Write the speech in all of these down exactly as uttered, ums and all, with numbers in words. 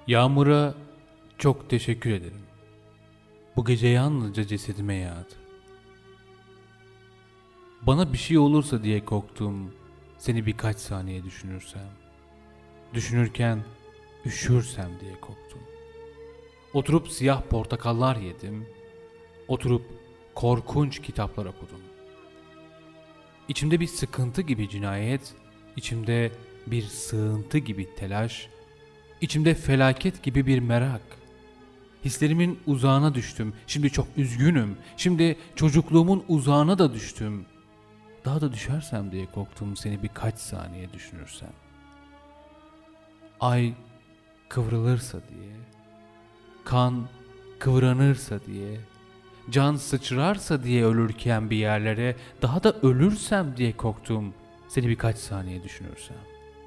Yağmur'a çok teşekkür ederim. Bu gece yalnızca cesedime yağdı. Bana bir şey olursa diye korktum, seni birkaç saniye düşünürsem. Düşünürken üşürsem diye korktum. Oturup siyah portakallar yedim. Oturup korkunç kitaplar okudum. İçimde bir sıkıntı gibi cinayet, içimde bir sığıntı gibi telaş, içimde felaket gibi bir merak. Hislerimin uzağına düştüm. Şimdi çok üzgünüm. Şimdi çocukluğumun uzağına da düştüm. Daha da düşersem diye korktum seni birkaç saniye düşünürsem. Ay kıvrılırsa diye, kan kıvranırsa diye, can sıçrarsa diye ölürken bir yerlere, daha da ölürsem diye korktum seni birkaç saniye düşünürsem.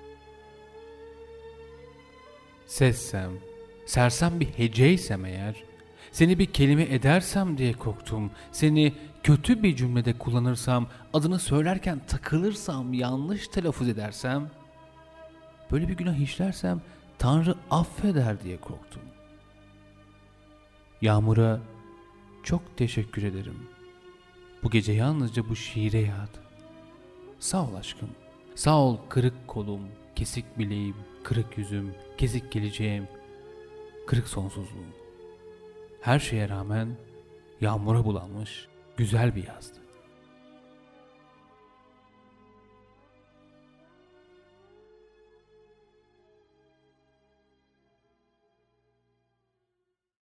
Sessem, sersem bir heceysem eğer, seni bir kelime edersem diye korktum, seni kötü bir cümlede kullanırsam, adını söylerken takılırsam, yanlış telaffuz edersem, böyle bir günah işlersem Tanrı affeder diye korktum. Yağmur'a çok teşekkür ederim. Bu gece yalnızca bu şiire yağdı. Sağ ol aşkım. Sağ ol kırık kolum, kesik bileğim, kırık yüzüm, kesik geleceğim, kırık sonsuzluğum. Her şeye rağmen yağmura bulanmış güzel bir yazdı.